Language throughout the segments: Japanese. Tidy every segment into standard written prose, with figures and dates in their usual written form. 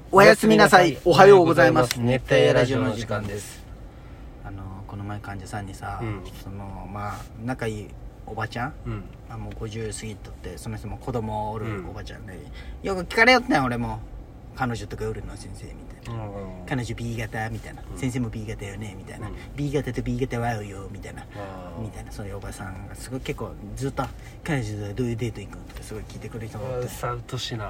おやすみなさい。おはようございます。 熱帯夜ラジオの時間です。 この前患者さんにさ、 うん、 仲いいおばちゃん、 うん、 もう50過ぎとって、その人も子供おるおばちゃんで、よく聞かれよったん俺も。彼女とかおるの先生みたいな、彼女 B 型みたいな、先生も B 型よねみたいな、B 型と B 型は合うよみたいな、そういうおばさんがすごい結構ずっと彼女とどういうデート行くのとかすごい聞いてくる人がおって、 さうとしな、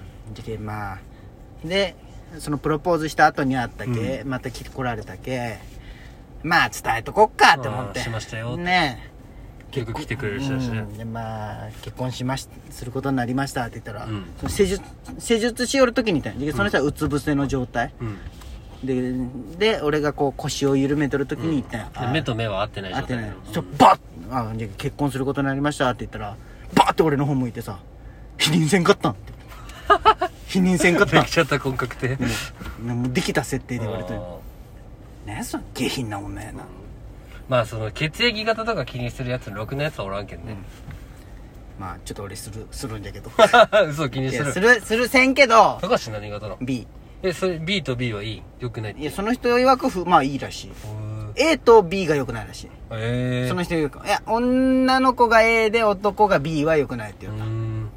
でそのプロポーズした後にあったけ、また来られたけ、伝えとこっかって思って、 しましたよね。 よく来てくれる人だしね、 結婚することになりましたって言ったら、その施術しよる時にその人はうつ伏せの状態、で俺がこう腰を緩めとる時に言ったん、 目と目は合ってない状態、 バッじゃ結婚することになりましたって言ったら、バーって俺の方向いてさ、否認せんかったんって否認せんかったんできちゃった婚確定、 もうできた設定で言われてる。ねえ、その下品な女やな。 その血液型とか気にするやつろくなやつはおらんけんね、 ちょっと俺するんだけど嘘気にするするせんけど。 高橋何型なの？ B。 それ B と B はいい？良くないって？ いや、その人曰くいいらしい。A と B が良くないらしい。その人曰く、いや、女の子が A で男が B は良くないって言った。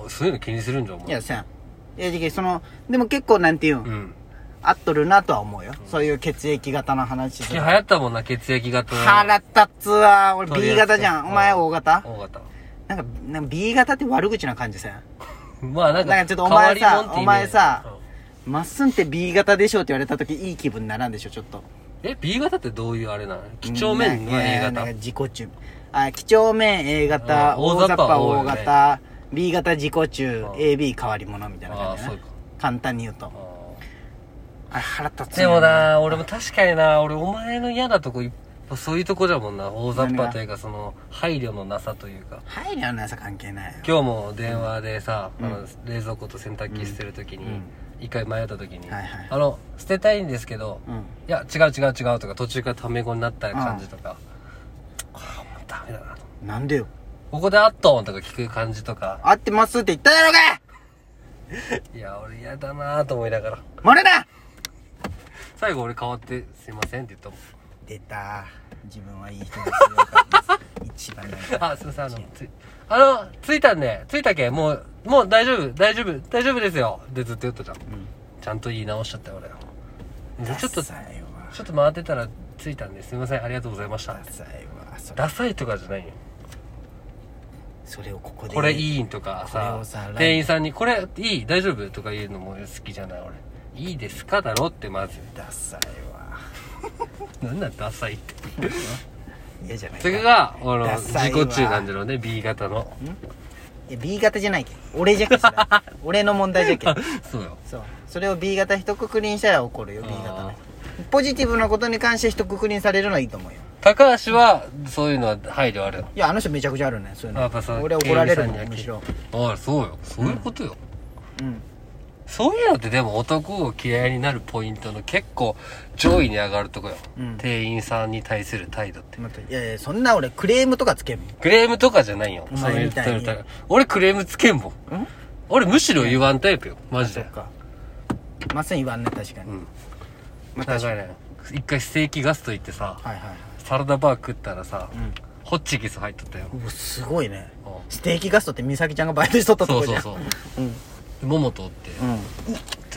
そういうの気にするんじゃんお前。 いや、せん。でも結構なんていうん合っとるなとは思うよ、そういう血液型の話流行ったもんな、血液型。 腹立つわ。俺 B 型じゃん。お前 O 型？ O 型。 なんか B 型って悪口な感じせん？ なんかちょっとお前さ、まっすんって B 型でしょって言われた時いい気分にならんでしょ、ちょっと。 B 型ってどういうあれなの？几帳面の A 型。 自己中。几帳面 A 型、大雑把 O 型、B 型自己中、AB 変わり者みたいな感じだね。簡単に言うと。腹立つね。 でもな、俺も確かにな、俺お前の嫌なとこそういうとこじゃもんな。大雑把というか、その配慮のなさというか。 配慮のなさ関係ないよ。 今日も電話でさ、冷蔵庫と洗濯機捨てるときに、一回迷ったときに、捨てたいんですけど、いや違うとか途中からタメ語になった感じとか、もうダメだなと。 なんでよ。 ここであっとんとか聞く感じとか。 合ってますって言ったやろがいや、俺嫌だなと思いながら。 漏れだ。 最後俺変わってすいませんって言ったもん。 出た。自分はいい人ですよ。一番大事。 すいません、着いたんで、着いたけもう大丈夫ですよでずっと言ったじゃん、ちゃんと言い直しちゃったよ俺。ちょっと回ってたら着いたんですいません、ありがとうございました。ダサいとかじゃないよ。 それをこれいいとかさ、店員さんにこれいい大丈夫とか言うのも好きじゃない俺。いいですかだろってまず。 ダサいわ。 なんだダサいって嫌じゃないか。 それが自己中なんだろうね、 B 型の。 いや B 型じゃないけん、俺じゃけんそれ俺の問題じゃけんそうよ。 それを B 型一括りにしたら怒るよ。 B 型ね。ポジティブなことに関して一括りにされるのはいいと思うよ。 高橋はそういうのは配慮ある。 いや、あの人めちゃくちゃあるね、そういうの。 やっぱそう、 俺怒られるもん、むしろ。 そうよ、そういうことよ。そういうのってでも男を嫌いになるポイントの結構上位に上がるとこよ、店員さんに対する態度って。 いやそんな俺クレームとかつけんもん。 クレームとかじゃないよ、 お前みたいに。 俺クレームつけんもん。俺むしろ言わんタイプよ、マジで。 そっか、まっすぐ言わんね、確かに。 だからね、一回ステーキガスト行ってさ、サラダバー食ったらさ、ホッチキス入っとったよ。 すごいね。ステーキガストって美咲ちゃんがバイトしとったとこじゃん。 そう桃とってってなって、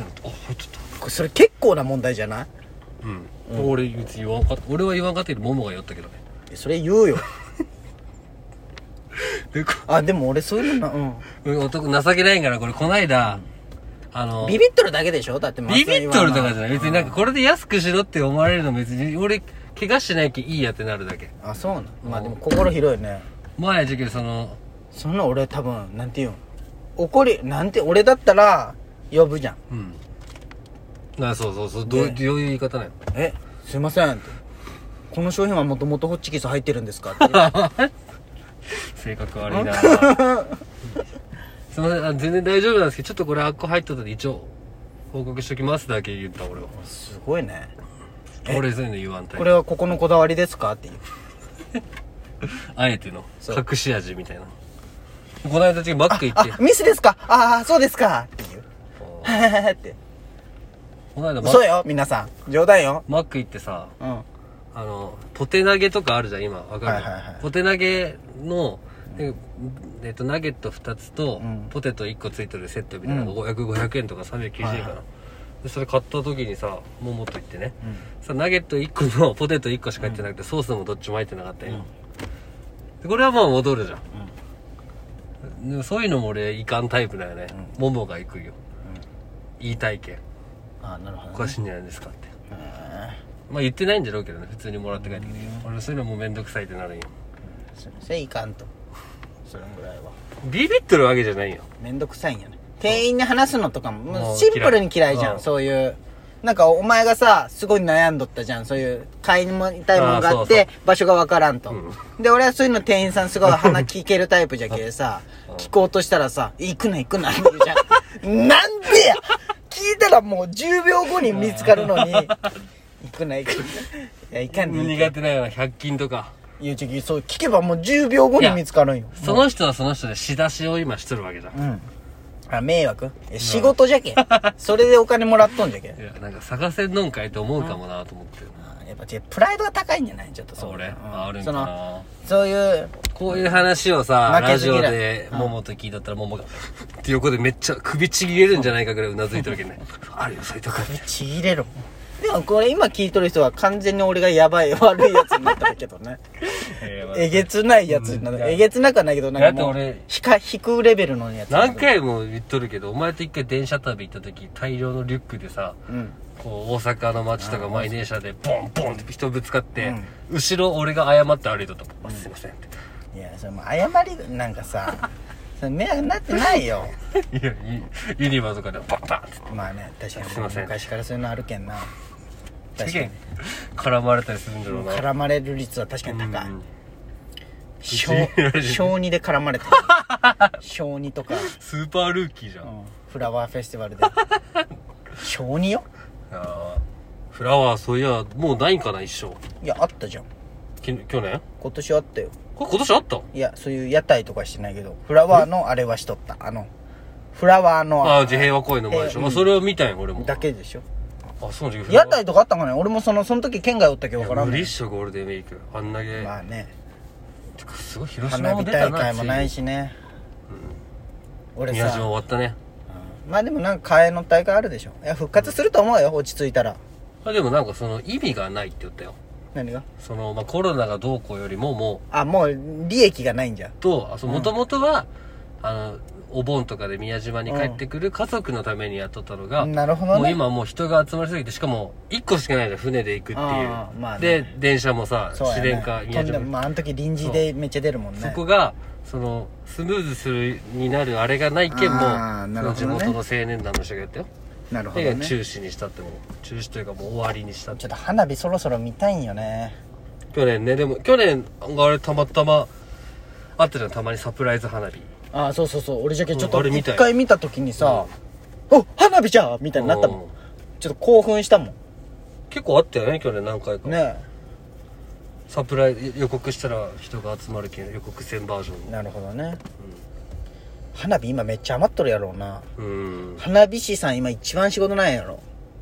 入っとった。 それ結構な問題じゃない？ 俺別に言わんかった。俺は言わんかったけど桃が酔ったけどね。 それ言うよでも俺そういうの男情けないから、これこないだビビっとるだけでしょ。だってビビっとるとかじゃない。別になんかこれで安くしろって思われるの別に俺怪我しないけいいやってなるだけ。 そうなの。でも心広いね。 前じゃけどそんな俺多分なんて言うん、俺だったら呼ぶじゃん。 そうどういう言い方なの？ すいませんって、この商品はもともとホッチキス入ってるんですかって性格悪いなすいません、全然大丈夫なんですけど、ちょっとこれあっこ入っとったんで一応報告しときますだけ言った俺は。 すごいね。 俺そういうの言わんタイプ。 これはここのこだわりですかって言うあえての隠し味みたいな。この間マック行って、 ミスですか、そうですかって言うってこの間嘘よ皆さん冗談よ。 マック行ってさ、 うん。 ポテ投げとかあるじゃん今わかる、 はいはいはいポテ投げの、ナゲット2つと、ポテト1個ついてるセットみたいなのが500円とか390円かな、でそれ買った時にさ桃と言ってね、さナゲット1個のポテト1個しか入ってなくて、ソースもどっちも入ってなかったよ、でこれはもう戻るじゃん、でもそういうのも俺いかんタイプだよね、桃が行くよ、言いたいけんあ、なるほど、ね。 おかしいんじゃないですかって、まあ言ってないんだろうけどね、普通にもらって帰ってきて、俺そういうのもうめんどくさいってなるんよ。 それいかんと。それぐらいはビビってるわけじゃないよ。 めんどくさいんやね。店員に話すのとかももうシンプルに嫌いじゃん、 うん、 そういうなんかお前がさすごい悩んどったじゃん、そういう買いたいものがあって場所がわからんと、で俺はそういうの店員さんすごい鼻聞けるタイプじゃけさ聞こうとしたらさ行くなって言うじゃんなんでや聞いたらもう10秒後に見つかるのに行くな。いやいかんで苦手なような100均とかいう時期そう聞けばもう10秒後に見つかるんよ。 その人はその人で仕出しを今しとるわけじゃん、 あ、迷惑仕事じゃけそれでお金もらっとんじゃけ。 いやなんか探せんのんかいと思うかもなと思って、 やっぱプライドが高いんじゃない、ちょっとそう。 俺、あるんかな。 そういうこういう話をさ負けず嫌いラジオで桃と聞いとったら桃がって横でめっちゃ首ちぎれるんじゃないかぐらいうなずいてるわけねあるよそういうとこちぎれるもん。でもこれ今聞いとる人は完全に俺がやばい悪いやつになったけどねえげつないやつになる、えげつなくはないけどなんかもう引くレベルのやつ。 何回も言っとるけどお前と一回電車旅行った時大量のリュックでさ、こう大阪の街とか満員電車でボンボンって人ぶつかって、後ろ俺が謝って歩いとったもん、すいませんっていやそれもう謝りなんかさそれ迷惑になってないよいやユニバとかでパンパンってまあね確かにすいません昔からそういうのあるけんな。確かに絡まれたりするんだろうな。 絡まれる率は確かに高い、小2で絡まれてる小2とかスーパールーキーじゃん、 フラワーフェスティバルで小2よ。 フラワーそういやもうないんかな一生。 いやあったじゃん去年今年あったよ。 これ今年あった？ いやそういう屋台とかしてないけどフラワーのあれはしとった。フラワーの自平和公園の前でしょ、それを見たんよ俺も。 だけでしょ。 あそうなんだ。 屋台とかあったんかね。俺もその時県外おったけど分からん無理っしょゴールデンウィークあんだけ。 まあねてかすごい広島花火も出たな。 大会もないしね、俺宮島終さわったね、 まあでもなんか替えの大会あるでしょ。いや復活すると思うよ落ち着いたら。 でもなんかその意味がないって言ったよ。 何がそのコロナがどうこうよりももう利益がないんじゃんともともとはお盆とかで宮島に帰ってくる家族のためにやっとったのが、 なるほどね。 もう今もう人が集まりすぎて、しかも1個しかないじゃん船で行くっていう、 まあね、 で電車もさそうやね、 市電か宮島まああの時臨時でめっちゃ出るもんね。 そこがスムーズになるあれがないけんも、 ね、 その地元の青年団の人がやったよ。 なるほどね。 で中止にしたっても中止というかもう終わりにしたって。 ちょっと花火そろそろ見たいんよね。 去年ね、でも去年あれたまたまあったじゃん、たまにサプライズ花火。 そう俺じゃけちょっとあれ見たよ一回見た時にさ、お花火じゃんみたいになったもん。ちょっと興奮したもん。 結構あったよね去年何回かね。 サプライズ予告したら人が集まるけん予告戦バージョン。 なるほどね、花火今めっちゃ余っとるやろうな。花火師さん今一番仕事ないやろ。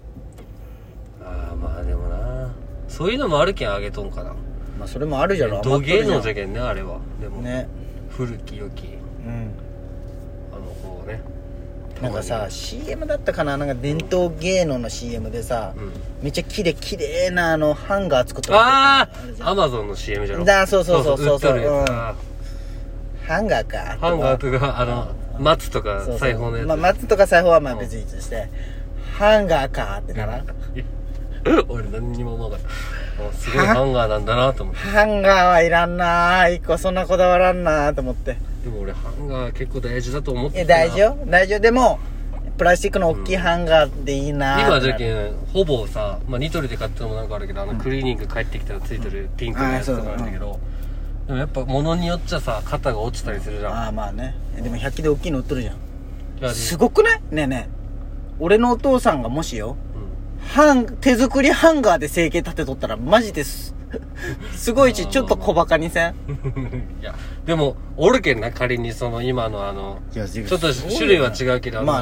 まあでもなそういうのもあるけんあげとんかな。 まあそれもあるじゃろ。 土芸能じゃけんねあれは。でもね古き良きこうね、 なんかさ CM だったかな、なんか伝統芸能の CM でさ、めっちゃ綺麗なハンガー作ってアマゾンの CM じゃろ。 そう売っとるやつ、 ハンガーかハンガーとか松とか裁縫のやつ。 まあ松とか裁縫はまあ別にして、ハンガーかってなら俺何にも思わなかった。すごいハンガーなんだなと思って。 ハンガーはいらんなー、一個そんなこだわらんなーと思って。 でも俺ハンガー結構大事だと思ってた。 大事よでもプラスチックの大きいハンガーでいいなー。 今じゃけんほぼさ、ニトリで買ったのもなんかあるけどクリーニング帰ってきたらついてるピンクのやつとかあるんだけど、でもやっぱ物によっちゃさ肩が落ちたりするじゃん。 まあね。でも100均で大きいの売っとるじゃん。すごくない？ねえ俺のお父さんがもしよ、手作りハンガーで生計立てとったらマジですすごいちょっと小バカにせんいやでもおるけんな仮に今のちょっと種類は違うけどまあね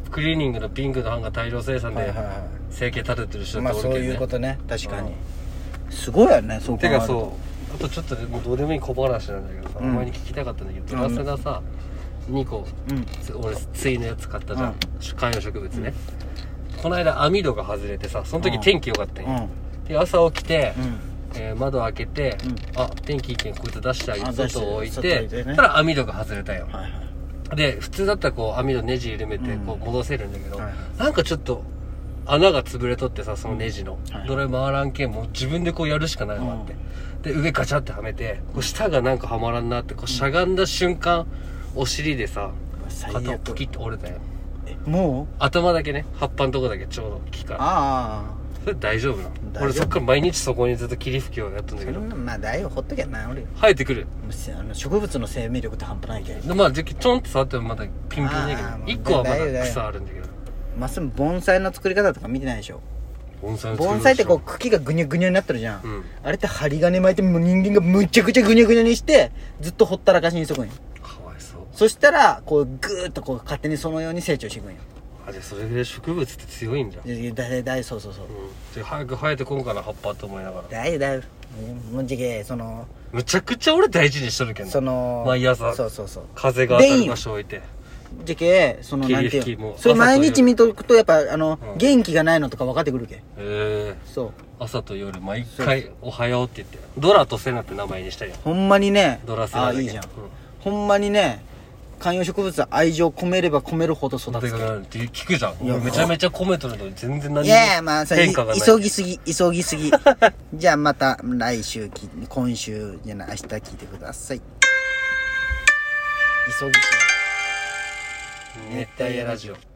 クリーニングのピンクの版が大量生産で生計立ててる人っておるけどね。 そういうことね、確かに。すごいよね、そう考えると。 てかそうあとちょっともうどうでもいい小話なんだけどさ、お前に聞きたかったんだけど、ドラセナさ2個、俺対のやつ買ったじゃん、観葉植物ね、この間網戸が外れてさ、その時天気良かったんよ、で朝起きて、窓開けて、あ天気いいけんこいつ出してあげて外を置いて、たら網戸が外れたよ、で普通だったらこう網戸ネジ緩めてこう戻せるんだけど、なんかちょっと穴が潰れとってさ、そのネジの、ドライ回らんけんもう自分でこうやるしかないのって、で上ガチャってはめて、こう下がなんかはまらんなってこうしゃがんだ瞬間、お尻でさ肩をポキッと折れたよ。 もう頭だけね、葉っぱのとこだけちょうど木から。 ああ、 それ大丈夫なの？俺そっから毎日そこにずっと霧吹きをやったんだけど。 まあ大丈夫、ほっときゃな、俺生えてくる。 植物の生命力って半端ないけど。 まあちょんって触ってもまだピンピンだけど、1個はまだ草あるんだけど。 まっすぐ盆栽の作り方とか見てないでしょ。 盆栽ってこう茎がぐにゃぐにゃになってるじゃん、あれって針金巻いてもう人間がむちゃくちゃぐにゃぐにゃにしてずっとほったらかしにしとくんよ。 かわいそう。 そしたらこうグーッとこう勝手にそのように成長していくんよ。 あ、じゃあそれで植物って強いんじゃん。 そうそうそう、 で早く生えてこんかな葉っぱと思いながら。 だいぶもうじけむちゃくちゃ俺大事にしとるけん毎朝そう風が当たる場所置いてじけ霧吹きもそれ毎日見とくとやっぱ元気がないのとか分かってくるけ。そう朝と夜毎回おはようって言ってドラとセナって名前にしたよ。 ほんまにね、 ドラセナだけ。 いいじゃん、ほんまにね、観葉植物は愛情込めれば込めるほど育つって聞くじゃん。めちゃめちゃ込めとるのに全然何も変化がない。急ぎすぎじゃあまた来週今週じゃない明日聞いてください。急ぎすぎ熱帯夜ラジオ。